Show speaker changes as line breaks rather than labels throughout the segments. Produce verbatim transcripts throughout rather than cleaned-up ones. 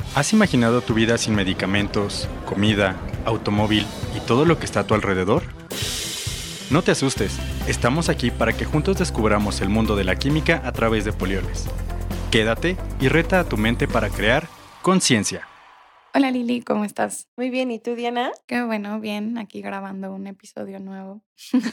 ¿Has imaginado tu vida sin medicamentos, comida, automóvil y todo lo que está a tu alrededor? No te asustes, estamos aquí para que juntos descubramos el mundo de la química a través de Polioles. Quédate y reta a tu mente para crear conciencia.
Hola Lili, ¿cómo estás?
Muy bien, ¿y tú, Diana?
Qué bueno, bien, aquí grabando un episodio nuevo.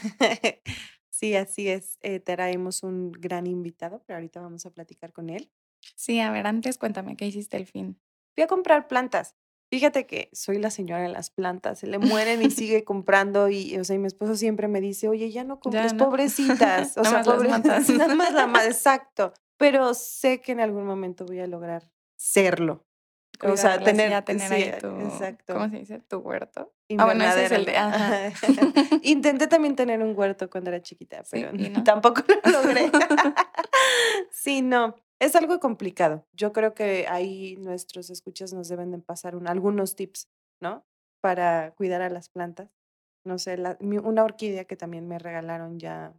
Sí, así es. Eh, traemos un gran invitado, pero ahorita vamos a platicar con él.
Sí, a ver, antes cuéntame, ¿qué hiciste el fin?
Fui a comprar plantas. Fíjate que soy la señora de las plantas. Se le mueren y sigue comprando. Y, o sea, y mi esposo siempre me dice, oye, ya no compres,
Ya, ¿no?
pobrecitas. O
Nada
sea,
más las
pobre,
matas.
nada más la ma- exacto. Pero sé que en algún momento voy a lograr serlo. O sea,
Cuidarlas y
tener,
ya tener
sí,
ahí tu,
exacto.
¿cómo se dice? Tu huerto. Ah, bueno, ese es
Invernadero,
el de,
¿no?
ajá.
Intenté también tener un huerto cuando era chiquita,
Sí,
pero
y no.
tampoco lo logré. Sí, no, es algo complicado. Yo creo que ahí nuestros escuchas nos deben de pasar un- algunos tips, ¿no? Para cuidar a las plantas. No sé, la- mi- una orquídea que también me regalaron ya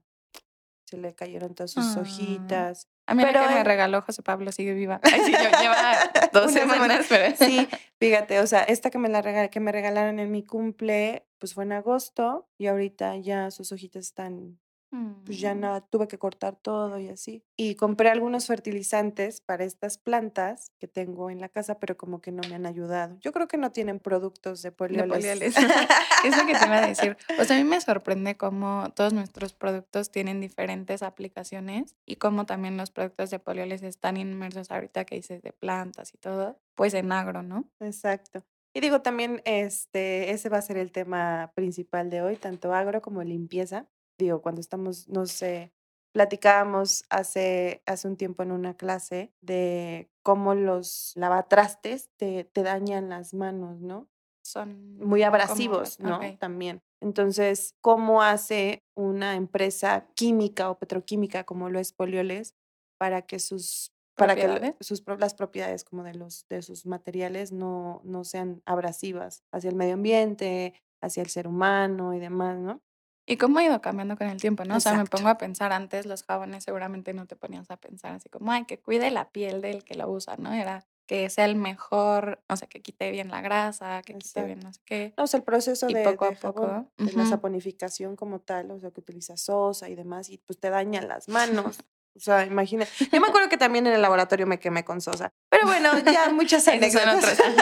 se le cayeron todas sus
Ah,
hojitas.
a mí la
Pero
que me
es
regaló José Pablo sigue viva. Ay, sí, yo lleva dos
una semana.
semanas, pero
Sí, fíjate, o sea, esta que me la rega- que me regalaron en mi cumple, pues fue en agosto y ahorita ya sus hojitas están, pues ya
Mm,
no, tuve que cortar todo y así. Y compré algunos fertilizantes para estas plantas que tengo en la casa, pero como que no me han ayudado. Yo creo que no tienen productos de
de
polioles.
Polioles. Es lo que te iba a decir. O sea, a mí me sorprende cómo todos nuestros productos tienen diferentes aplicaciones y cómo también los productos de Polioles están inmersos ahorita que dices de plantas y todo, pues en agro, ¿no?
Exacto. Y digo también, este, ese va a ser el tema principal de hoy, tanto agro como limpieza. Digo, cuando estamos, no sé, platicábamos hace, hace un tiempo en una clase de cómo los lavatrastes te, te dañan las manos, ¿no?
Son
Muy
como,
abrasivos, ¿no?
ok,
También. Entonces, ¿cómo hace una empresa química o petroquímica como lo es Polioles para que sus para que lo-
propiedades.
sus pro- las propiedades como de los de sus materiales no, no sean abrasivas hacia el medio ambiente, hacia el ser humano y demás, ¿no?
Y cómo ha ido cambiando con el tiempo, ¿no? O sea, me
Exacto.
pongo a pensar antes, los jabones seguramente no te ponías a pensar así como, ay, que cuide la piel del que lo usa, ¿no? Era que sea el mejor, o sea, que quite bien la grasa, que quite bien
Exacto.
no sé qué.
No, o sea, el proceso
Y
de,
poco
de
a
jabón,
poco,
de la
ujú.
saponificación como tal, o sea, que utilizas sosa y demás, y pues te dañan las manos. O sea, imagina. Yo me acuerdo que también en el laboratorio me quemé con sosa. Pero bueno, ya muchas
Esos son
anécdotas.
otros.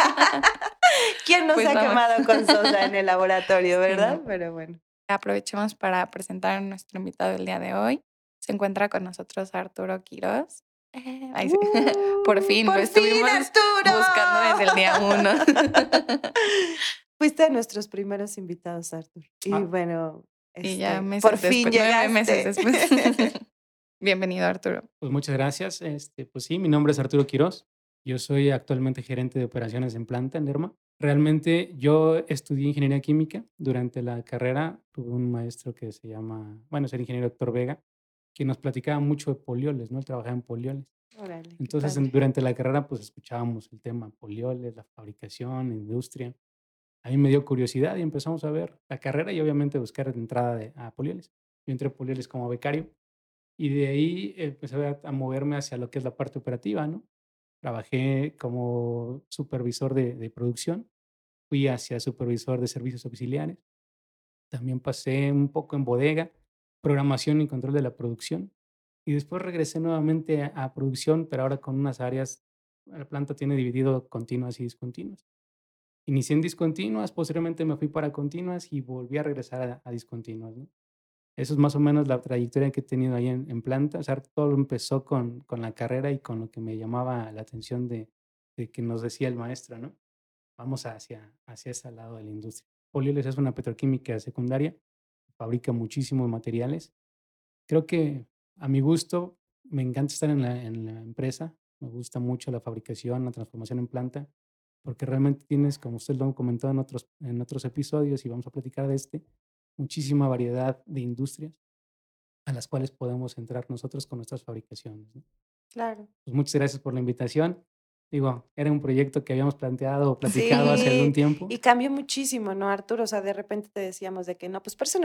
¿Quién no
Pues
se ha
vamos.
quemado con sosa en el laboratorio,
Sí,
verdad?
no.
Pero bueno.
Aprovechemos para presentar a nuestro invitado del día de hoy. Se encuentra con nosotros Arturo Quiroz. Eh, ay, sí. Por
¡Uh!
fin, lo
¡Por fin,
estuvimos
Arturo!
buscando desde el día uno.
Fuiste de nuestros primeros invitados, Arturo. Y
Ah,
bueno,
Y ya
este, por
meses
fin
después, nueve meses
llegaste.
después. Bienvenido, Arturo.
pues muchas gracias. Este, pues sí, mi nombre es Arturo Quiroz. Yo soy actualmente gerente de operaciones en planta en Lerma. Realmente yo estudié ingeniería química. Durante la carrera tuve un maestro que se llama, bueno, es el ingeniero Héctor Vega, que nos platicaba mucho de polioles, ¿no? Él trabajaba en polioles.
Órale, qué
Entonces, en-
padre.
durante la carrera, pues escuchábamos el tema polioles, la fabricación, la industria. A mí me dio curiosidad y empezamos a ver la carrera y obviamente buscar la entrada de, a polioles. Yo entré a polioles como becario. Y de ahí empecé a, a moverme hacia lo que es la parte operativa, ¿no? Trabajé como supervisor de, de producción, fui hacia supervisor de servicios auxiliares, también pasé un poco en bodega, programación y control de la producción, y después regresé nuevamente a, a producción, pero ahora con unas áreas, la planta tiene dividido continuas y discontinuas. Inicié en discontinuas, posteriormente me fui para continuas y volví a regresar a, a discontinuas, ¿no? Eso es más o menos la trayectoria que he tenido ahí en, en planta. O sea, todo empezó con, con la carrera y con lo que me llamaba la atención de, de que nos decía el maestro, ¿no? Vamos hacia, hacia ese lado de la industria. Polioles es una petroquímica secundaria, fabrica muchísimos materiales. Creo que a mi gusto me encanta estar en la, en la empresa, me gusta mucho la fabricación, la transformación en planta, porque realmente tienes, como usted lo comentó en otros, en otros episodios y vamos a platicar de este, muchísima variedad de industrias a las cuales podemos entrar nosotros con nuestras fabricaciones, ¿no?
Claro.
Pues muchas gracias por la invitación. Digo, era un proyecto que habíamos planteado o platicado hace algún
Sí,
tiempo.
y cambió muchísimo, ¿no, Arturo? O sea, de repente te decíamos de que no, pues Person Order.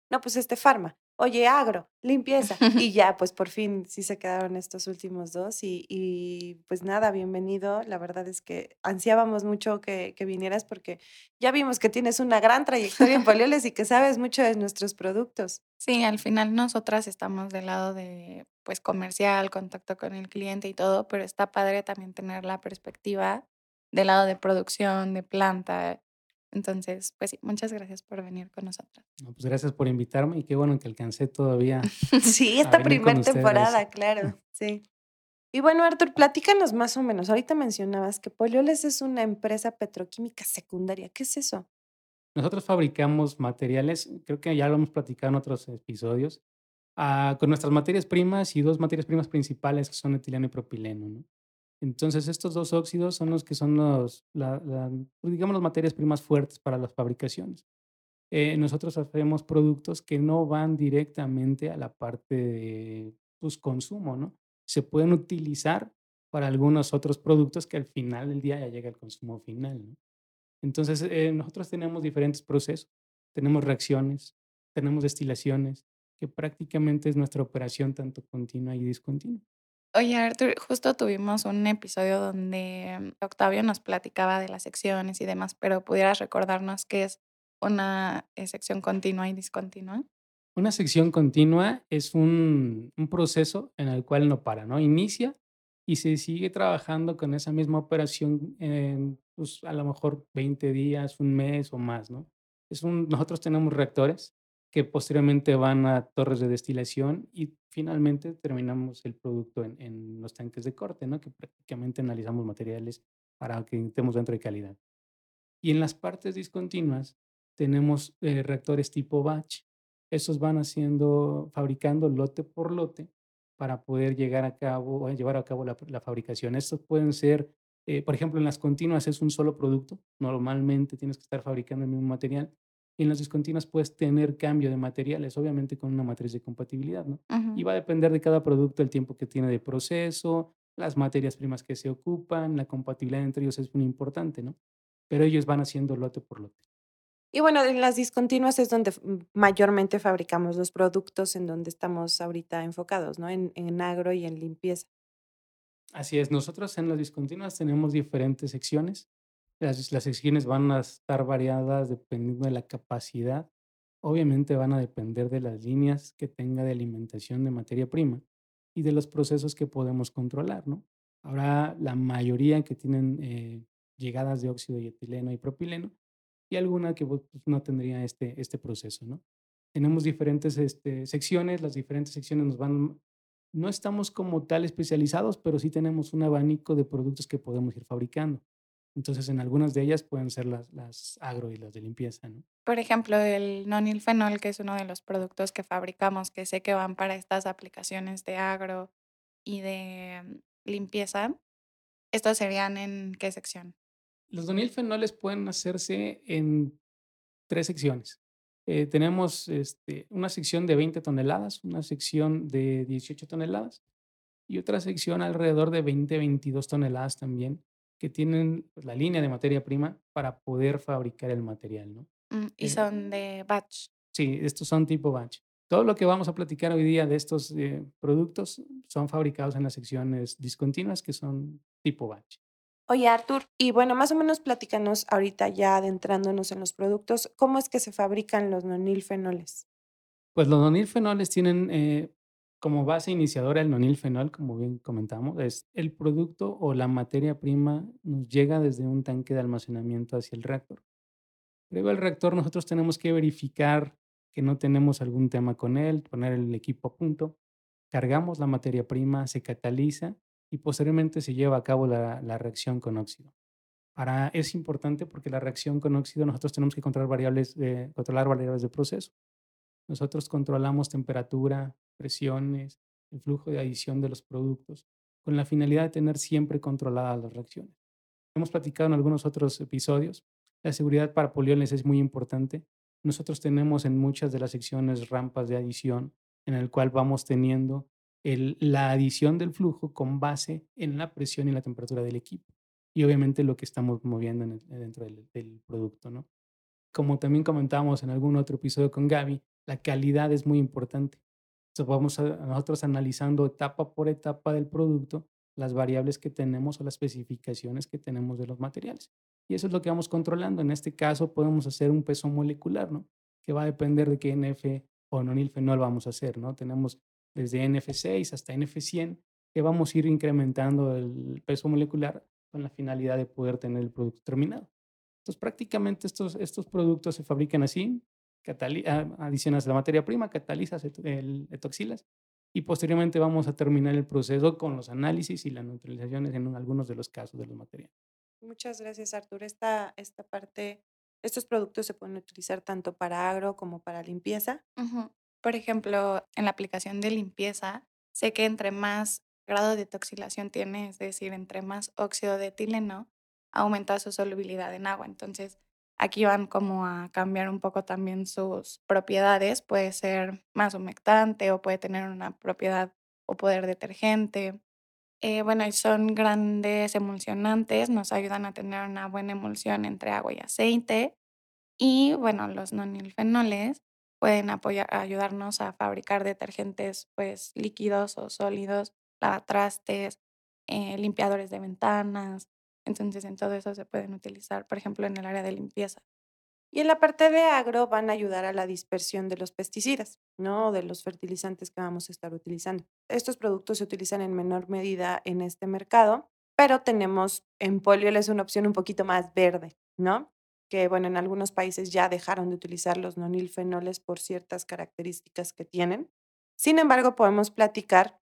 no, pues este farma, oye, agro, limpieza. Y ya, pues por fin sí se quedaron estos últimos dos y, y pues nada, bienvenido. La verdad es que ansiábamos mucho que, que vinieras porque ya vimos que tienes una gran trayectoria en Polioles y que sabes mucho de nuestros productos.
Sí, al final nosotras estamos del lado de, pues, comercial, contacto con el cliente y todo, pero está padre también tener la perspectiva del lado de producción, de planta. Entonces, pues sí, muchas gracias por venir con nosotras.
No, pues gracias por invitarme y qué bueno que alcancé todavía
Sí,
a
esta
venir con
primer
ustedes.
temporada, claro, sí. Y bueno, Arthur, platícanos más o menos. Ahorita mencionabas que Polioles es una empresa petroquímica secundaria. ¿Qué es eso?
Nosotros fabricamos materiales, creo que ya lo hemos platicado en otros episodios, ah, con nuestras materias primas y dos materias primas principales que son etileno y propileno, ¿no? Entonces, estos dos óxidos son los que son los, la- la- pues, digamos, las materias primas fuertes para las fabricaciones. Eh, nosotros hacemos productos que no van directamente a la parte de pues, consumo, ¿no? Se pueden utilizar para algunos otros productos que al final del día ya llega al consumo final, ¿no? Entonces, eh, nosotros tenemos diferentes procesos, tenemos reacciones, tenemos destilaciones, que prácticamente es nuestra operación tanto continua y discontinua.
Oye, Arthur, justo tuvimos un episodio donde Octavio nos platicaba de las secciones y demás, pero ¿pudieras recordarnos qué es una eh, sección continua y discontinua?
Una sección continua es un, un proceso en el cual no para, ¿no? Inicia y se sigue trabajando con esa misma operación en, pues, a lo mejor veinte días, un mes o más, ¿no? Es un, nosotros tenemos reactores que posteriormente van a torres de destilación y finalmente terminamos el producto en, en los tanques de corte, ¿no? Que prácticamente analizamos materiales para que estemos dentro de calidad. Y en las partes discontinuas tenemos eh, reactores tipo batch. Esos van haciendo, fabricando lote por lote para poder llegar a cabo, o llevar a cabo la, la fabricación. Estos pueden ser, eh, por ejemplo, en las continuas es un solo producto. Normalmente tienes que estar fabricando el mismo material. Y en las discontinuas puedes tener cambio de materiales, obviamente con una matriz de compatibilidad, ¿no? Y
Ujú.
va a depender de cada producto el tiempo que tiene de proceso, las materias primas que se ocupan, la compatibilidad entre ellos es muy importante, ¿no? Pero ellos van haciendo lote por lote.
Y bueno, en las discontinuas es donde mm, mayormente fabricamos los productos en donde estamos ahorita enfocados, ¿no? En, en agro y en limpieza.
Así es, nosotros en las discontinuas tenemos diferentes secciones. Las, las secciones van a estar variadas dependiendo de la capacidad. Obviamente van a depender de las líneas que tenga de alimentación de materia prima y de los procesos que podemos controlar, ¿no? Ahora, la mayoría que tienen eh, llegadas de óxido y etileno y propileno y alguna que pues, no tendría este, este proceso, ¿no? Tenemos diferentes este, secciones, las diferentes secciones nos van, no estamos como tal especializados, pero sí tenemos un abanico de productos que podemos ir fabricando. Entonces, en algunas de ellas pueden ser las, las agro y las de limpieza, ¿no?
Por ejemplo, el nonilfenol, que es uno de los productos que fabricamos, que sé que van para estas aplicaciones de agro y de mm, limpieza, ¿estos serían en qué sección?
Los donilfenoles pueden hacerse en tres secciones. Eh, tenemos este, una sección de veinte toneladas, una sección de dieciocho toneladas y otra sección alrededor de veinte, veintidós toneladas también, que tienen pues, la línea de materia prima para poder fabricar el material, ¿no?
Mm, y
Eh,
son de batch.
sí, estos son tipo batch. Todo lo que vamos a platicar hoy día de estos eh, productos son fabricados en las secciones discontinuas que son tipo batch.
Oye, Arthur, y bueno, más o menos platícanos ahorita ya adentrándonos en los productos, ¿cómo es que se fabrican los nonilfenoles?
Pues los nonilfenoles tienen eh, como base iniciadora el nonilfenol, como bien comentamos, es el producto o la materia prima nos llega desde un tanque de almacenamiento hacia el reactor. Luego el reactor nosotros tenemos que verificar que no tenemos algún tema con él, poner el equipo a punto, cargamos la materia prima, se cataliza y posteriormente se lleva a cabo la, la reacción con óxido. Para, es importante porque la reacción con óxido nosotros tenemos que controlar variables de, controlar variables de proceso. Nosotros controlamos temperatura, presiones, el flujo de adición de los productos, con la finalidad de tener siempre controladas las reacciones. Hemos platicado en algunos otros episodios, la seguridad para polioles es muy importante. Nosotros tenemos en muchas de las secciones rampas de adición en el cual vamos teniendo el, la adición del flujo con base en la presión y la temperatura del equipo y obviamente lo que estamos moviendo en el- dentro del, del producto, ¿no? Como también comentábamos en algún otro episodio con Gaby, la calidad es muy importante. Entonces vamos a, nosotros analizando etapa por etapa del producto las variables que tenemos o las especificaciones que tenemos de los materiales. Y eso es lo que vamos controlando. En este caso podemos hacer un peso molecular, ¿no? Que va a depender de qué N F o nonilfenol vamos a hacer, ¿no? Tenemos desde N F seis hasta N F cien que vamos a ir incrementando el peso molecular con la finalidad de poder tener el producto terminado. Entonces prácticamente estos, estos productos se fabrican así, adicionas la materia prima, catalizas el etoxilas y posteriormente vamos a terminar el proceso con los análisis y las neutralizaciones en algunos de los casos de los materiales.
Muchas gracias, Arturo. Esta, esta parte, estos productos se pueden utilizar tanto para agro como para limpieza.
Uh-huh. Por ejemplo, en la aplicación de limpieza, sé que entre más grado de etoxilación tiene, es decir, entre más óxido de etileno, aumenta su solubilidad en agua. Entonces, aquí van como a cambiar un poco también sus propiedades. Puede ser más humectante o puede tener una propiedad o poder detergente. Eh, bueno, y son grandes emulsionantes, nos ayudan a tener una buena emulsión entre agua y aceite. Y bueno, los nonilfenoles pueden apoyar, ayudarnos a fabricar detergentes pues líquidos o sólidos, lavatrastes, eh, limpiadores de ventanas. Entonces, en todo eso se pueden utilizar, por ejemplo, en el área de limpieza.
Y en la parte de agro van a ayudar a la dispersión de los pesticidas, ¿no? De los fertilizantes que vamos a estar utilizando. Estos productos se utilizan en menor medida en este mercado, pero tenemos en polioles una opción un poquito más verde, ¿no? Que bueno, en algunos países ya dejaron de utilizar los nonilfenoles por ciertas características que tienen. Sin embargo, podemos platicar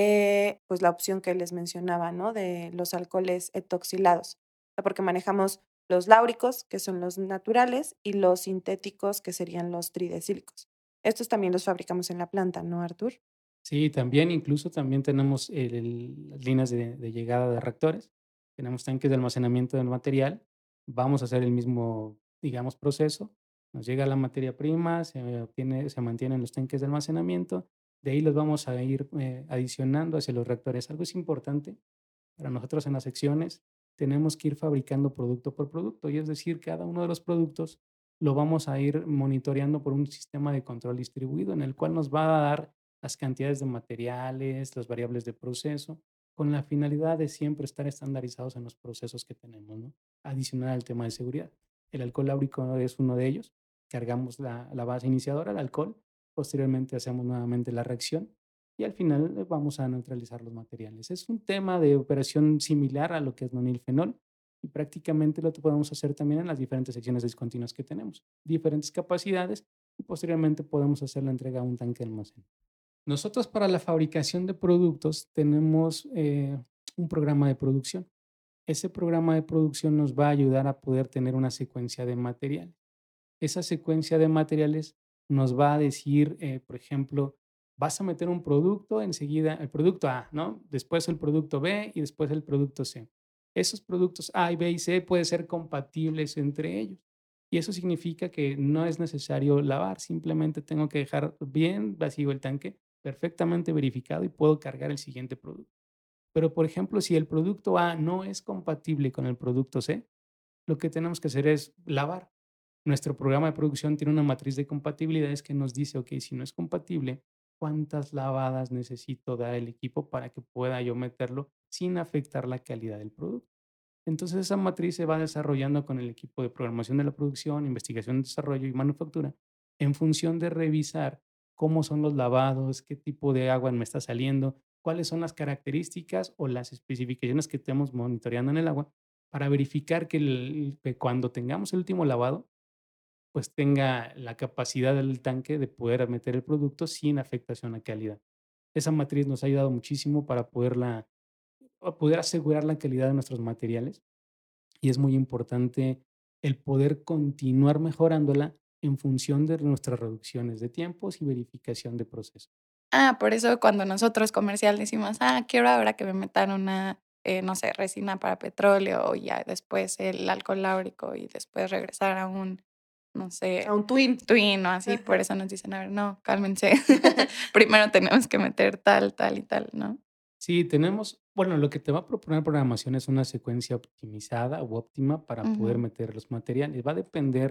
de pues la opción que les mencionaba, ¿no? De los alcoholes etoxilados, porque manejamos los láuricos, que son los naturales, y los sintéticos, que serían los tridecílicos. Estos también los fabricamos en la planta, ¿no, Artur?
Sí, también, incluso también tenemos el, el, las líneas de, de llegada de reactores, tenemos tanques de almacenamiento del material, vamos a hacer el mismo, digamos, proceso, nos llega la materia prima, se, obtiene, se mantienen los tanques de almacenamiento, de ahí los vamos a ir eh, adicionando hacia los reactores. Algo es importante para nosotros en las secciones, tenemos que ir fabricando producto por producto, y es decir, cada uno de los productos lo vamos a ir monitoreando por un sistema de control distribuido en el cual nos va a dar las cantidades de materiales, las variables de proceso, con la finalidad de siempre estar estandarizados en los procesos que tenemos, ¿no? Adicional al tema de seguridad. El alcohol láurico es uno de ellos. Cargamos la, la base iniciadora, el alcohol, posteriormente hacemos nuevamente la reacción y al final vamos a neutralizar los materiales. Es un tema de operación similar a lo que es nonilfenol y prácticamente lo podemos hacer también en las diferentes secciones discontinuas que tenemos, diferentes capacidades y posteriormente podemos hacer la entrega a un tanque de almacén. Nosotros para la fabricación de productos tenemos eh, un programa de producción. Ese programa de producción nos va a ayudar a poder tener una secuencia de materiales. Esa secuencia de materiales nos va a decir, eh, por ejemplo, vas a meter un producto, enseguida el producto A, ¿no? Después el producto B y después el producto C. Esos productos A y B y C pueden ser compatibles entre ellos. Y eso significa que no es necesario lavar, simplemente tengo que dejar bien vacío el tanque, perfectamente verificado y puedo cargar el siguiente producto. Pero, por ejemplo, si el producto A no es compatible con el producto C, lo que tenemos que hacer es lavar. Nuestro programa de producción tiene una matriz de compatibilidades que nos dice, ok, si no es compatible, ¿cuántas lavadas necesito dar el equipo para que pueda yo meterlo sin afectar la calidad del producto? Entonces esa matriz se va desarrollando con el equipo de programación de la producción, investigación, desarrollo y manufactura en función de revisar cómo son los lavados, qué tipo de agua me está saliendo, cuáles son las características o las especificaciones que estemos monitoreando en el agua para verificar que, el, que cuando tengamos el último lavado, pues tenga la capacidad del tanque de poder meter el producto sin afectación a calidad. Esa matriz nos ha ayudado muchísimo para poderla, poder asegurar la calidad de nuestros materiales y es muy importante el poder continuar mejorándola en función de nuestras reducciones de tiempos y verificación de procesos.
Ah, por eso cuando nosotros comercial decimos, ah, quiero ahora que me metan una, eh, no sé, resina para petróleo y ya después el alcohol láurico y después regresar a un, no sé,
a un twin.
Twin o así, por eso nos dicen, a ver, no, cálmense. Primero tenemos que meter tal, tal y tal, ¿no?
Sí, tenemos, bueno, lo que te va a proponer programación es una secuencia optimizada o óptima para uh-huh. poder meter los materiales. Va a depender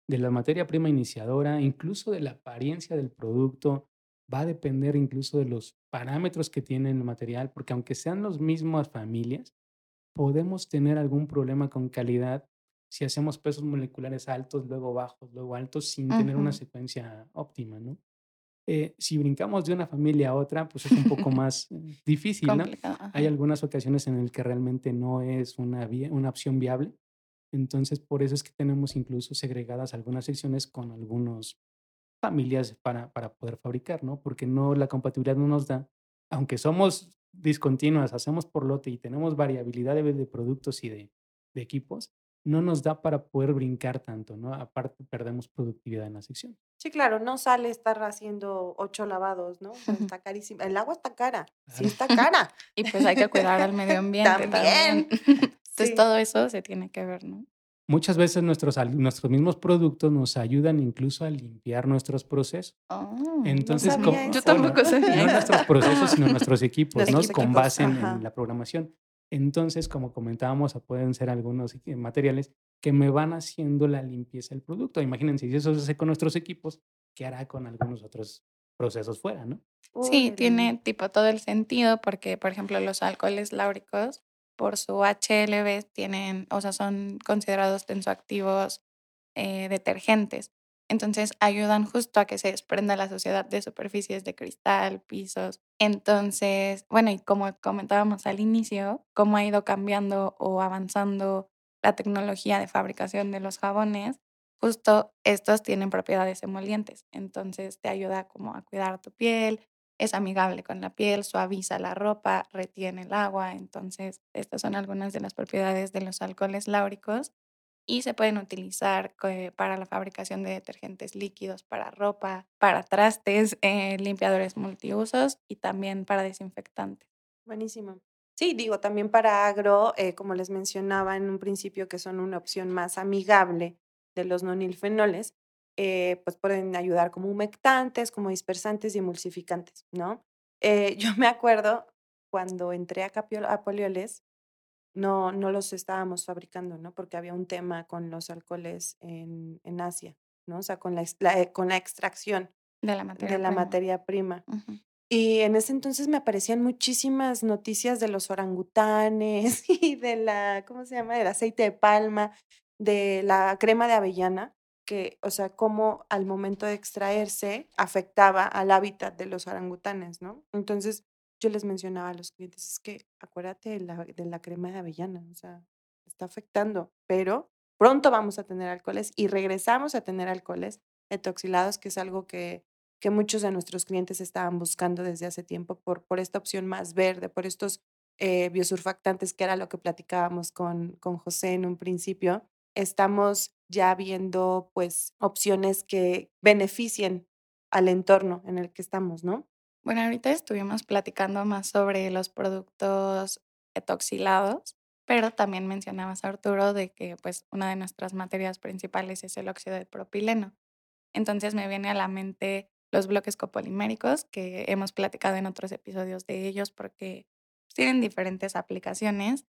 de la materia prima iniciadora, incluso de la apariencia del producto, va a depender incluso de los parámetros que tiene el material, porque aunque sean las mismas familias, podemos tener algún problema con calidad si hacemos pesos moleculares altos, luego bajos, luego altos, sin tener una
Ujú.
secuencia óptima, ¿no? Eh, si brincamos de una familia a otra, pues es un poco más eh, difícil, ¿no?
Complicado,
Hay
ajá.
algunas ocasiones en el que realmente no es una, vía- una opción viable. Entonces, por eso es que tenemos incluso segregadas algunas secciones con algunas familias para, para poder fabricar, ¿no? Porque no, la compatibilidad no nos da, aunque somos discontinuas, hacemos por lote y tenemos variabilidad de, de productos y de, de equipos, no nos da para poder brincar tanto, ¿no? Aparte, perdemos productividad en la sección.
Sí, claro, no sale estar haciendo ocho lavados, ¿no? O sea, está carísimo. El agua está cara, sí
Claro.
está cara.
Y pues hay que cuidar al medio ambiente también.
También,
Entonces
sí.
todo eso se tiene que ver, ¿no?
Muchas veces nuestros, al- nuestros mismos productos nos ayudan incluso a limpiar nuestros procesos.
Oh,
No
Entonces,
sabía
como,
yo
eso.
bueno,
tampoco sabía
no
eso.
nuestros procesos, sino nuestros equipos,
Los
¿no?
Equipos.
Con
equipos,
base en, en
ajá.
la programación. Entonces, como comentábamos, pueden ser algunos eh, materiales que me van haciendo la limpieza del producto. Imagínense, si eso se hace con nuestros equipos, ¿qué hará con algunos otros procesos fuera, no?
Sí,
Órale.
tiene tipo todo el sentido porque, por ejemplo, los alcoholes láuricos, por su H L V, tienen, o sea, son considerados tensoactivos eh, detergentes. Entonces ayudan justo a que se desprenda la suciedad de superficies de cristal, pisos. Entonces, bueno, y como comentábamos al inicio, cómo ha ido cambiando o avanzando la tecnología de fabricación de los jabones, justo estos tienen propiedades emolientes. Entonces te ayuda como a cuidar tu piel, es amigable con la piel, suaviza la ropa, retiene el agua. Entonces, estas son algunas de las propiedades de los alcoholes láuricos y se pueden utilizar eh, para la fabricación de detergentes líquidos, para ropa, para trastes, eh, limpiadores multiusos y también para desinfectantes.
Buenísimo. Sí, digo, también para agro, eh, como les mencionaba en un principio, que son una opción más amigable de los nonilfenoles, eh, pues pueden ayudar como humectantes, como dispersantes y emulsificantes, ¿no? Eh, yo me acuerdo cuando entré a, Capio- a Polioles, no, no los estábamos fabricando, ¿no? Porque había un tema con los alcoholes en, en Asia, ¿no? O sea, con la, ex- la, eh, con la extracción
De la
de
materia
la
prima.
materia prima.
Ujú.
Y en ese entonces me aparecían muchísimas noticias de los orangutanes y de la, ¿cómo se llama? Del aceite de palma, de la crema de avellana, que, o sea, cómo al momento de extraerse afectaba al hábitat de los orangutanes, ¿no? Entonces yo les mencionaba a los clientes, es que acuérdate de la, de la crema de avellana, o sea, está afectando, pero pronto vamos a tener alcoholes y regresamos a tener alcoholes etoxilados, que es algo que que muchos de nuestros clientes estaban buscando desde hace tiempo por, por esta opción más verde, por estos eh, biosurfactantes, que era lo que platicábamos con, con José en un principio. Estamos ya viendo pues opciones que beneficien al entorno en el que estamos, ¿no?
Bueno, ahorita estuvimos platicando más sobre los productos etoxilados, pero también mencionabas, Arturo, de que pues una de nuestras materias principales es el óxido de propileno. Entonces me viene a la mente los bloques copoliméricos, que hemos platicado en otros episodios de ellos porque tienen diferentes aplicaciones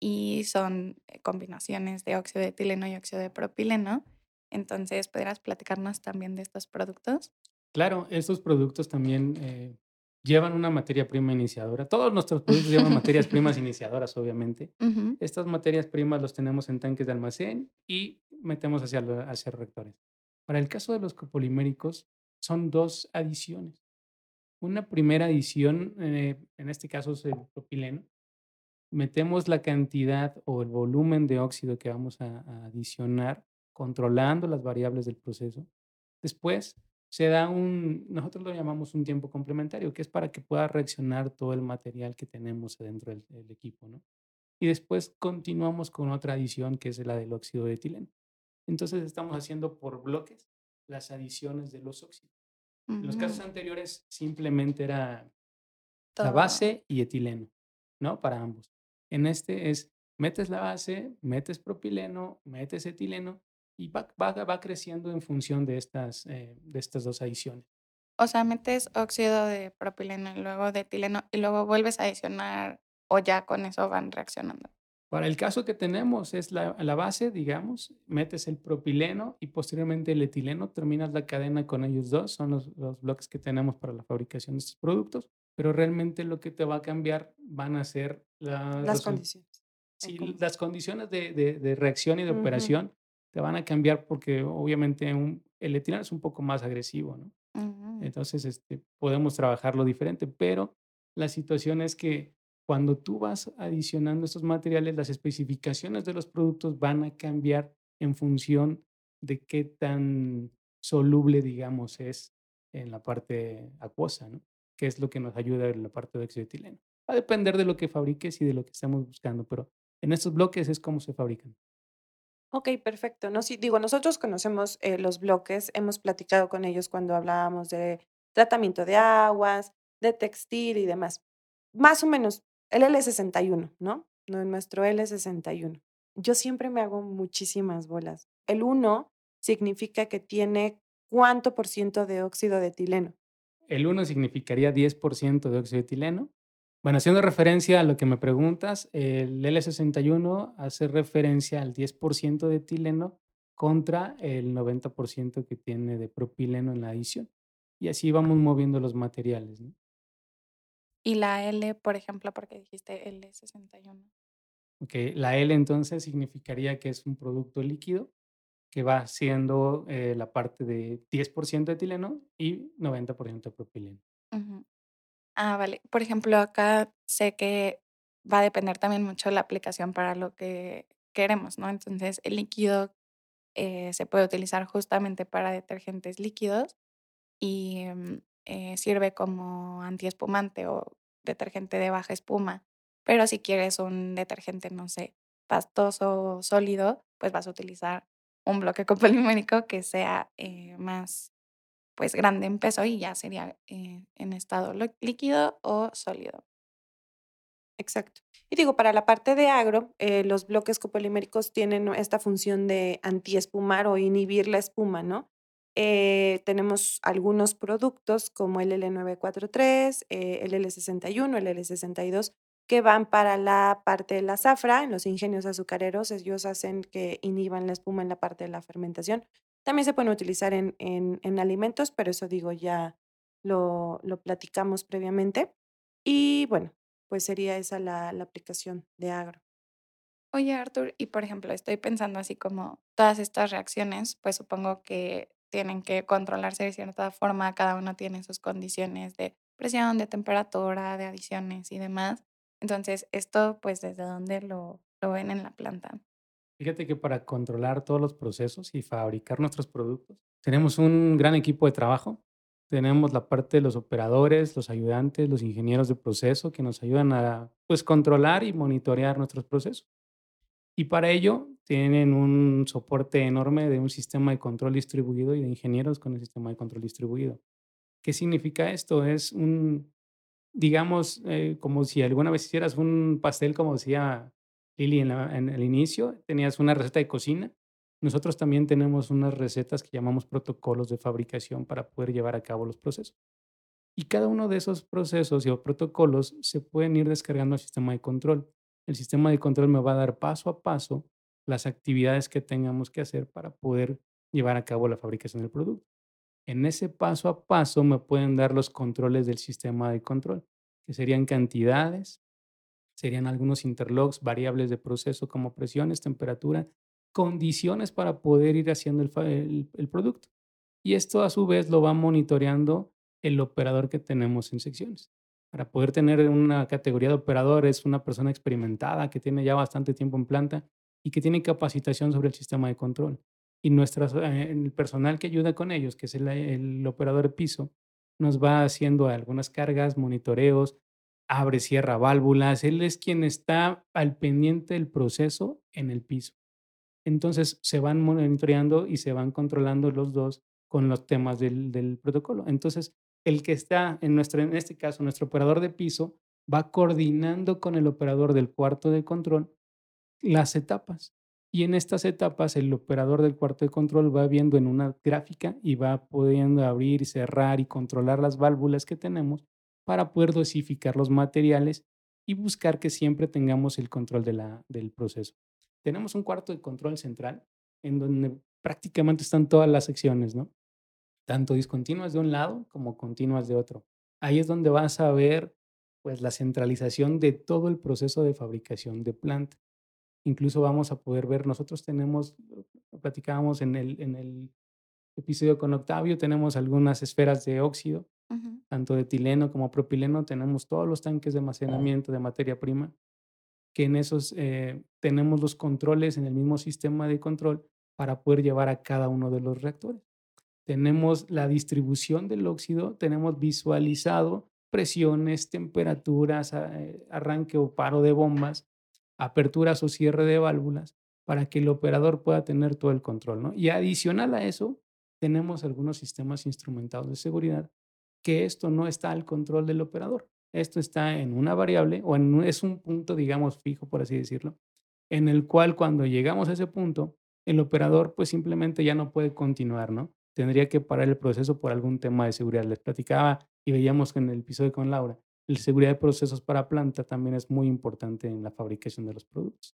y son eh, combinaciones de óxido de etileno y óxido de propileno. Entonces, ¿podrías platicarnos también de estos productos?
Claro, estos productos también eh, llevan una materia prima iniciadora. Todos nuestros productos llevan materias primas iniciadoras, obviamente.
Ujú.
Estas materias primas los tenemos en tanques de almacén y metemos hacia, lo- hacia reactores. Para el caso de los copoliméricos, son dos adiciones. Una primera adición, eh, en este caso es el propileno. Metemos la cantidad o el volumen de óxido que vamos a, a adicionar, controlando las variables del proceso. Después se da un, nosotros lo llamamos un tiempo complementario, que es para que pueda reaccionar todo el material que tenemos dentro del, del equipo, ¿no? Y después continuamos con otra adición que es la del óxido de etileno. Entonces estamos haciendo por bloques las adiciones de los óxidos. En los casos
Mm,
anteriores simplemente era la
todo.
base y etileno, ¿no? Para ambos. En este es, metes la base, metes propileno, metes etileno y va, va, va creciendo en función de estas, eh, de estas dos adiciones.
O sea, metes óxido de propileno y luego de etileno y luego vuelves a adicionar o ya con eso van reaccionando.
Para el caso que tenemos es la, la base, digamos, metes el propileno y posteriormente el etileno, terminas la cadena con ellos dos, son los, los bloques que tenemos para la fabricación de estos productos, pero realmente lo que te va a cambiar van a ser las,
Las
resu-
condiciones.
sí,
¿Cómo?
las condiciones de, de- de reacción y de
Ujú.
operación te van a cambiar porque obviamente un- el etileno es un poco más agresivo, ¿no?
Ujú.
Entonces, este, podemos trabajarlo diferente, pero la situación es que cuando tú vas adicionando estos materiales, las especificaciones de los productos van a cambiar en función de qué tan soluble, digamos, es en la parte acuosa, ¿no? Que es lo que nos ayuda en la parte de óxido de etileno. Va a depender de lo que fabriques y de lo que estamos buscando, pero en estos bloques es como se fabrican.
Ok, perfecto. No, sí, digo, nosotros conocemos eh, los bloques, hemos platicado con ellos cuando hablábamos de tratamiento de aguas, de textil y demás. Más o menos, el L sesenta y uno, ¿no? No, nuestro L sesenta y uno. Yo siempre me hago muchísimas bolas. El uno significa que tiene cuánto por ciento de óxido de etileno.
El uno significaría diez por ciento de óxido de etileno. Bueno, haciendo referencia a lo que me preguntas, el L sesenta y uno hace referencia al diez por ciento de etileno contra el noventa por ciento que tiene de propileno en la adición. Y así vamos moviendo los materiales, ¿no?
Y la L, por ejemplo, porque dijiste L sesenta y uno.
Ok, la L entonces significaría que es un producto líquido que va siendo eh, la parte de diez por ciento de etileno y noventa por ciento de propileno.
Ujú. Ah, vale. Por ejemplo, acá sé que va a depender también mucho la aplicación para lo que queremos, ¿no? Entonces, el líquido eh, se puede utilizar justamente para detergentes líquidos y mm, eh, sirve como antiespumante o detergente de baja espuma. Pero si quieres un detergente, no sé, pastoso o sólido, pues vas a utilizar un bloque copolimérico que sea eh, más pues grande en peso y ya sería eh, en estado lo- líquido o sólido.
Exacto. Y digo, para la parte de agro, eh, los bloques copoliméricos tienen esta función de antiespumar o inhibir la espuma, ¿no? Eh, tenemos algunos productos como el L novecientos cuarenta y tres, eh, el L sesenta y uno, el L sesenta y dos, que van para la parte de la zafra, en los ingenios azucareros, ellos hacen que inhiban la espuma en la parte de la fermentación. También se pueden utilizar en, en- en alimentos, pero eso digo, ya lo, lo platicamos previamente. Y bueno, pues sería esa la la aplicación de agro.
Oye, Arthur, y por ejemplo, estoy pensando así como todas estas reacciones, pues supongo que tienen que controlarse de cierta forma, cada uno tiene sus condiciones de presión, de temperatura, de adiciones y demás. Entonces, esto, pues, ¿desde dónde lo, lo ven en la planta?
Fíjate que para controlar todos los procesos y fabricar nuestros productos, tenemos un gran equipo de trabajo. Tenemos la parte de los operadores, los ayudantes, los ingenieros de proceso que nos ayudan a pues, controlar y monitorear nuestros procesos. Y para ello tienen un soporte enorme de un sistema de control distribuido y de ingenieros con el sistema de control distribuido. ¿Qué significa esto? Es un, digamos, eh, como si alguna vez hicieras un pastel, como decía Lili en, la- en el inicio, tenías una receta de cocina. Nosotros también tenemos unas recetas que llamamos protocolos de fabricación para poder llevar a cabo los procesos. Y cada uno de esos procesos y o protocolos se pueden ir descargando al sistema de control. El sistema de control me va a dar paso a paso las actividades que tengamos que hacer para poder llevar a cabo la fabricación del producto. En ese paso a paso me pueden dar los controles del sistema de control, que serían cantidades, serían algunos interlocks, variables de proceso como presiones, temperatura, condiciones para poder ir haciendo el, fa- el- el producto. Y esto a su vez lo va monitoreando el operador que tenemos en secciones. Para poder tener una categoría de operador es una persona experimentada que tiene ya bastante tiempo en planta y que tiene capacitación sobre el sistema de control. Y nuestras, eh, el personal que ayuda con ellos, que es el, el operador de piso, nos va haciendo algunas cargas, monitoreos, abre, cierra válvulas. Él es quien está al pendiente del proceso en el piso. Entonces se van monitoreando y se van controlando los dos con los temas del, del protocolo. Entonces, el que está en nuestro, en este caso, nuestro operador de piso, va coordinando con el operador del cuarto de control las etapas. Y en estas etapas, el operador del cuarto de control va viendo en una gráfica y va pudiendo abrir, cerrar y controlar las válvulas que tenemos para poder dosificar los materiales y buscar que siempre tengamos el control de la, del proceso. Tenemos un cuarto de control central en donde prácticamente están todas las secciones, ¿no? Tanto discontinuas de un lado como continuas de otro. Ahí es donde vas a ver pues la centralización de todo el proceso de fabricación de planta. Incluso vamos a poder ver, nosotros tenemos, lo platicábamos en el, en el episodio con Octavio, tenemos algunas esferas de óxido,
Ujú.
tanto de etileno como propileno, tenemos todos los tanques de almacenamiento de materia prima, que en esos eh, tenemos los controles en el mismo sistema de control para poder llevar a cada uno de los reactores. Tenemos la distribución del óxido, tenemos visualizado presiones, temperaturas, eh, arranque o paro de bombas, aperturas o cierre de válvulas, para que el operador pueda tener todo el control, ¿no? Y adicional a eso, tenemos algunos sistemas instrumentados de seguridad que esto no está al control del operador. Esto está en una variable o en, un- es un punto, digamos, fijo, por así decirlo, en el cual cuando llegamos a ese punto, el operador pues simplemente ya no puede continuar, ¿no? Tendría que parar el proceso por algún tema de seguridad. Les platicaba y veíamos que en el episodio con Laura, la seguridad de procesos para planta también es muy importante en la fabricación de los productos.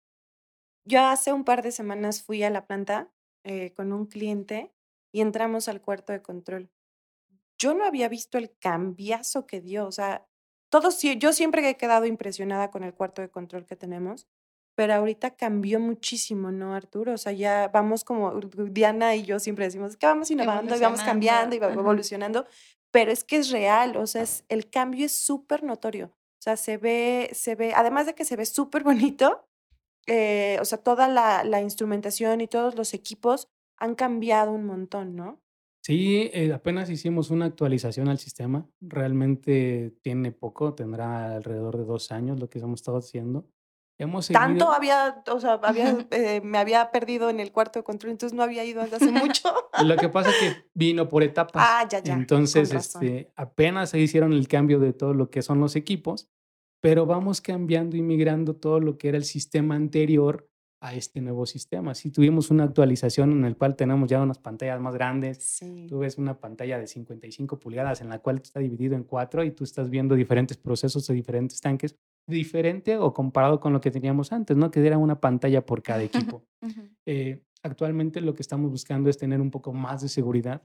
Yo hace un par de semanas fui a la planta eh, con un cliente y entramos al cuarto de control. Yo no había visto el cambiazo que dio, o sea, todos, sí- yo siempre he quedado impresionada con el cuarto de control que tenemos, pero ahorita cambió muchísimo, ¿no, Arturo? O sea, ya vamos como Diana y yo siempre decimos que vamos innovando y vamos cambiando y va-
Evolucionando, ajá.
evolucionando, pero es que es real, o sea, es- el cambio es súper notorio. O sea, se ve, se ve, además de que se ve súper bonito, eh, o sea, toda la, la instrumentación y todos los equipos han cambiado un montón, ¿no?
Sí, eh, apenas hicimos una actualización al sistema. Realmente tiene poco, tendrá alrededor de dos años lo que hemos estado haciendo. Hemos
Tanto
seguido,
había, o sea, había, eh, me había perdido en el cuarto de control, entonces no había ido desde hace mucho.
lo que pasa que vino por etapas.
Ah, ya, ya, con
Entonces,
razón.
este, apenas se hicieron el cambio de todo lo que son los equipos, pero vamos cambiando y migrando todo lo que era el sistema anterior a este nuevo sistema. Sí tuvimos una actualización en el cual tenemos ya unas pantallas más grandes.
Sí.
Tú ves una pantalla de cincuenta y cinco pulgadas en la cual está dividido en cuatro y tú estás viendo diferentes procesos de diferentes tanques, diferente o comparado con lo que teníamos antes, ¿no? Que era una pantalla por cada equipo.
Ujú.
Eh, actualmente lo que estamos buscando es tener un poco más de seguridad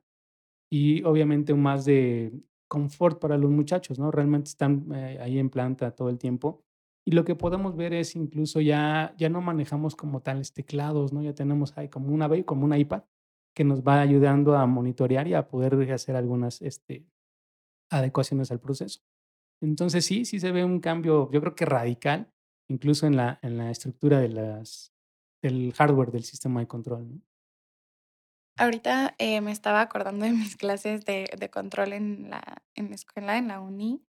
y obviamente más de confort para los muchachos, ¿no? Realmente están eh, ahí en planta todo el tiempo. Y lo que podemos ver es incluso ya, ya no manejamos como tales teclados, ¿no? Ya tenemos ahí como una, como un iPad que nos va ayudando a monitorear y a poder hacer algunas este, adecuaciones al proceso. Entonces sí, sí se ve un cambio, yo creo que radical, incluso en la, en la estructura de las, del hardware del sistema de control, ¿no?
Ahorita eh, me estaba acordando de mis clases de, de control en la, en la escuela, en la uni,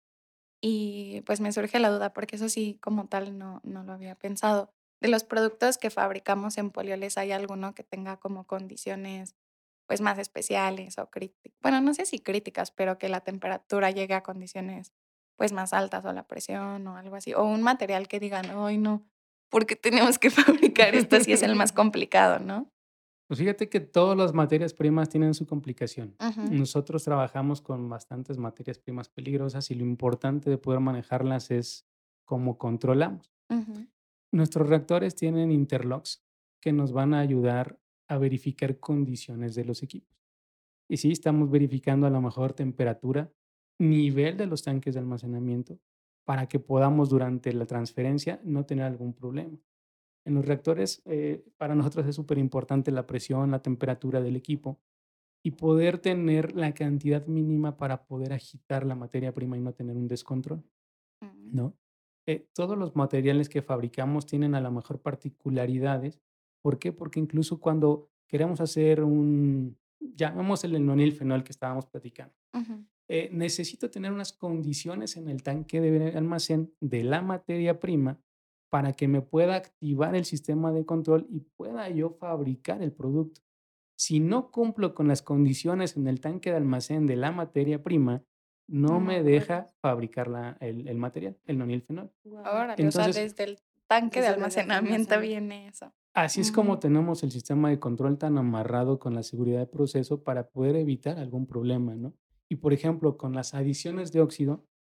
y pues me surge la duda, porque eso sí, como tal, no, no lo había pensado. De los productos que fabricamos en Polioles, ¿hay alguno que tenga como condiciones pues más especiales o críticas? Bueno, no sé si críticas, pero que la temperatura llegue a condiciones pues más altas o la presión o algo así. O un material que digan, ay no, ¿por qué tenemos que fabricar esto si es el más complicado, no?
Pues fíjate que todas las materias primas tienen su complicación.
Ujú,
Nosotros trabajamos con bastantes materias primas peligrosas y lo importante de poder manejarlas es cómo controlamos.
ujú.
Nuestros reactores tienen interlocks que nos van a ayudar a verificar condiciones de los equipos. Y sí, estamos verificando a la mejor temperatura, nivel de los tanques de almacenamiento, para que podamos durante la transferencia no tener algún problema. En los reactores, eh, para nosotros es súper importante la presión, la temperatura del equipo y poder tener la cantidad mínima para poder agitar la materia prima y no tener un descontrol,
Mm,
¿no? Eh, todos los materiales que fabricamos tienen a lo mejor particularidades. ¿Por qué? Porque incluso cuando queremos hacer un, llamemos el nonilfenol que estábamos platicando,
ujú.
eh, necesito tener unas condiciones en el tanque de almacén de la materia prima para que me pueda activar el sistema de control y pueda yo fabricar el producto. Si no cumplo con las condiciones en el tanque de almacén de la materia prima, no
No
me
puedes.
deja fabricar la- el, el material, el nonilfenol.
Guau.
Órale, o sea,
Entonces,
desde el tanque de
Desde desde el
almacenamiento
almacén.
viene eso.
así es como
Ujú.
tenemos el sistema de control tan amarrado con la seguridad de proceso para poder evitar algún problema, ¿no? Y por ejemplo, con las adiciones de óxido,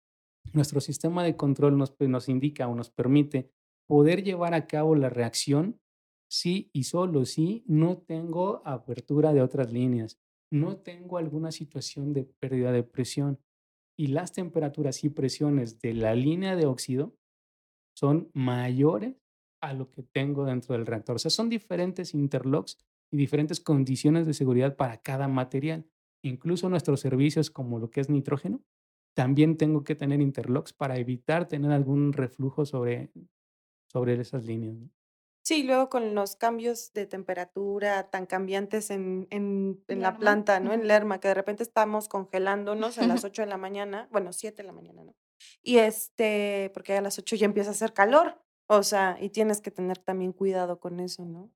nuestro sistema de control nos, pues, nos indica o nos permite poder llevar a cabo la reacción sí y solo si no tengo apertura de otras líneas, no tengo alguna situación de pérdida de presión y las temperaturas y presiones de la línea de óxido son mayores a lo que tengo dentro del reactor. O sea, son diferentes interlocks y diferentes condiciones de seguridad para cada material. Incluso nuestros servicios, como lo que es nitrógeno, también tengo que tener interlocks para evitar tener algún reflujo sobre, sobre esas líneas, ¿no?
Sí, luego con los cambios de temperatura tan cambiantes en, en, en la
Lerma.
planta, ¿no? En
Ujú.
Lerma, que de repente estamos congelándonos a las ocho de la mañana, bueno, siete de la mañana, ¿no? Y este, porque a las ocho ya empieza a hacer calor, o sea, y tienes que tener también cuidado con eso, ¿no?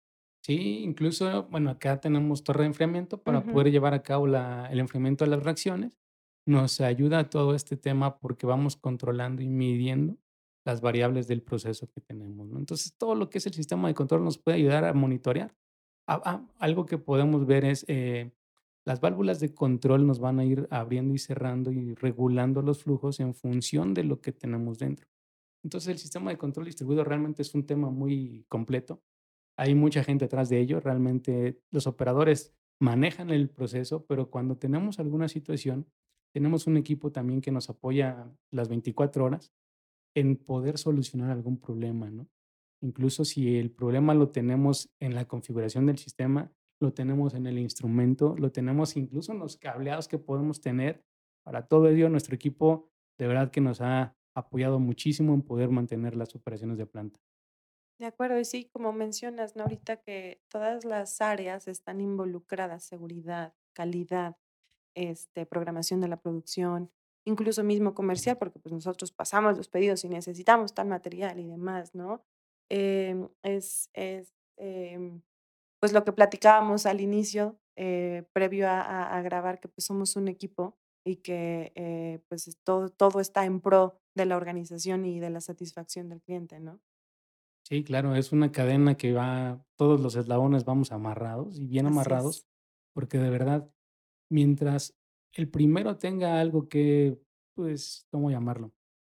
Sí, incluso, bueno, acá tenemos torre de enfriamiento para
Ujú.
poder llevar a cabo la el enfriamiento de las reacciones. Nos ayuda todo este tema porque vamos controlando y midiendo las variables del proceso que tenemos, ¿no? Entonces, todo lo que es el sistema de control nos puede ayudar a monitorear. Ah ah, algo que podemos ver es, eh, las válvulas de control nos van a ir abriendo y cerrando y regulando los flujos en función de lo que tenemos dentro. Entonces, el sistema de control distribuido realmente es un tema muy completo. Hay mucha gente atrás de ello. Realmente los operadores manejan el proceso, pero cuando tenemos alguna situación, tenemos un equipo también que nos apoya las veinticuatro horas en poder solucionar algún problema, ¿no? Incluso si el problema lo tenemos en la configuración del sistema, lo tenemos en el instrumento, lo tenemos incluso en los cableados que podemos tener. Para todo ello, nuestro equipo de verdad que nos ha apoyado muchísimo en poder mantener las operaciones de planta.
De acuerdo, y sí, como mencionas, ¿no? Ahorita que todas las áreas están involucradas, seguridad, calidad, este, programación de la producción, incluso mismo comercial, porque pues nosotros pasamos los pedidos y necesitamos tal material y demás, ¿no? Em, es, es em, pues lo que platicábamos al inicio, eh, previo a, a- a grabar, que pues somos un equipo y que eh, pues es todo, todo está en pro de la organización y de la satisfacción del cliente, ¿no?
Sí, claro, es una cadena que va, todos los eslabones vamos amarrados y bien
Así
amarrados,
es.
porque de verdad, mientras el primero tenga algo que, pues, ¿cómo llamarlo?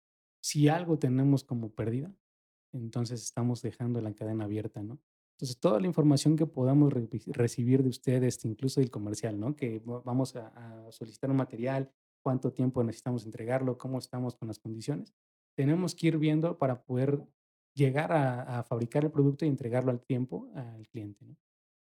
Si algo tenemos como pérdida, entonces estamos dejando la cadena abierta, ¿no? Entonces, toda la información que podamos re- recibir de ustedes, incluso del comercial, ¿no? Que va- vamos a, a solicitar un material, cuánto tiempo necesitamos entregarlo, cómo estamos con las condiciones, tenemos que ir viendo para poder llegar a, a fabricar el producto y entregarlo al tiempo al cliente, ¿no?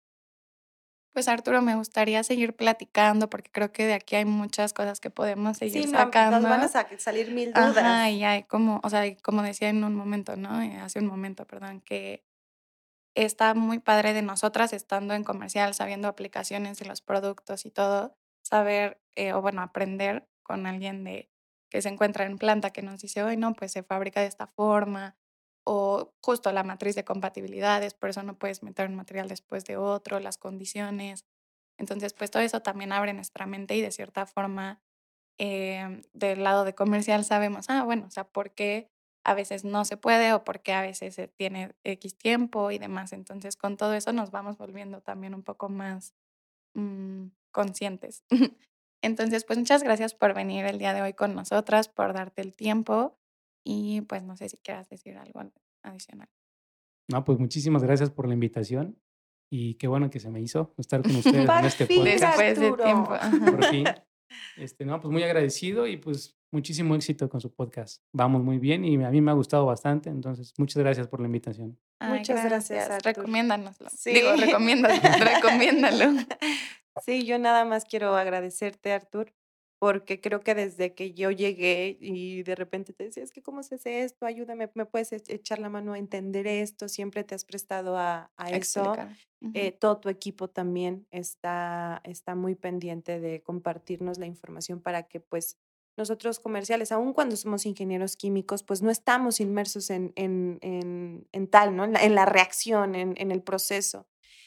Pues Arturo, me gustaría seguir platicando porque creo que de aquí hay muchas cosas que podemos seguir
Sí, no, nos van a
sacando.
sa- salir mil
Ajá,
dudas.
y hay como, o sea, y como decía en un momento, ¿no? Eh, hace un momento, perdón, que está muy padre de nosotras estando en comercial, sabiendo aplicaciones de los productos y todo, saber, eh, o bueno, aprender con alguien de que se encuentra en planta que nos dice, hoy no, pues se fabrica de esta forma, o justo la matriz de compatibilidades, por eso no puedes meter un material después de otro, las condiciones. Entonces, pues todo eso también abre nuestra mente y de cierta forma em, del lado de comercial sabemos, ah, bueno, o sea, por qué a veces no se puede o por qué a veces se tiene X tiempo y demás. Entonces, con todo eso nos vamos volviendo también un poco más mm, conscientes. Entonces, pues muchas gracias por venir el día de hoy con nosotras, por darte el tiempo y pues no sé si quieras decir algo adicional.
No, pues muchísimas gracias por la invitación y qué bueno que se me hizo estar con ustedes en
Por
este
fin,
podcast,
Después de tiempo.
Arturo.
por
Ajá.
fin. Este, no, pues muy agradecido y pues muchísimo éxito con su podcast. Vamos muy bien y a mí me ha gustado bastante, entonces muchas gracias por la invitación.
Ay,
Muchas gracias,
gracias.
Artur.
Recomiéndanoslo. Digo,
Sí.
recomiéndalo, recomiéndalo.
Sí, yo nada más quiero agradecerte, Artur, porque creo que desde que yo llegué y de repente te decía, es que cómo se hace esto, ayúdame, me puedes e- echar la mano a entender esto, siempre te has prestado a, a eso.
Explicar. Ujú.
Eh, todo tu equipo también está, está muy pendiente de compartirnos la información para que pues nosotros comerciales, aun cuando somos ingenieros químicos, pues no estamos inmersos en, en, en, en tal, ¿no? En la, en la reacción, en, en el proceso.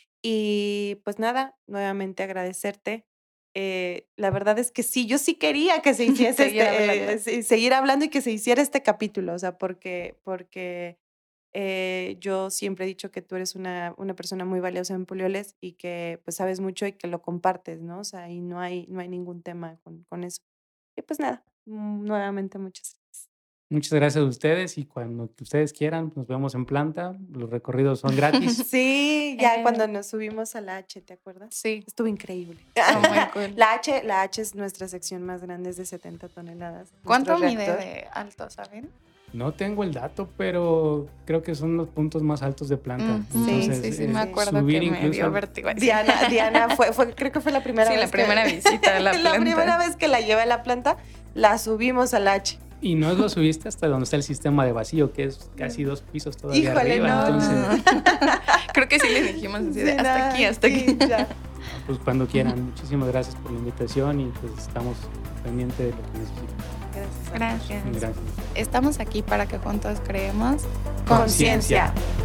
Y pues nada, nuevamente agradecerte. Eh, la verdad es que sí, yo sí quería que se hiciese
Seguir
este,
hablando.
eh, se- seguir hablando y que se hiciera este capítulo, o sea, porque, porque eh, yo siempre he dicho que tú eres una, una persona muy valiosa en Polioles y que pues sabes mucho y que lo compartes, ¿no? O sea, y no hay, no hay ningún tema con, con eso. Y pues nada, Mm, Nuevamente, muchas gracias.
Muchas gracias a ustedes y cuando ustedes quieran, nos vemos en planta. Los recorridos son gratis.
Sí, ya
Eh.
cuando nos subimos a la H, ¿te acuerdas?
Sí,
Estuvo increíble.
estuvo muy cool.
La H, la H es nuestra sección más grande, es de setenta toneladas.
¿Cuánto
nuestro
mide
reactor.
de alto, saben?
No tengo el dato, pero creo que son los puntos más altos de planta.
Mm, sí,
Entonces,
sí, sí,
eh,
me acuerdo
subir
que me
incluso
dio
al-
vértigo.
Diana, Diana fue, fue, creo que fue la primera
Sí,
vez
la primera
que,
visita a la
la
planta.
primera vez que la llevé a la planta, la subimos al H.
Y no lo subiste hasta donde está el sistema de vacío, que es casi dos pisos todavía
Híjole,
arriba.
no,
Entonces,
Creo que sí le dijimos así de
Sí,
hasta
nada,
aquí, hasta
sí,
aquí.
ya.
pues cuando quieran. Muchísimas gracias por la invitación y pues estamos pendientes de lo que necesiten.
Gracias.
Gracias.
Gracias.
Estamos aquí para que juntos creemos
Conciencia.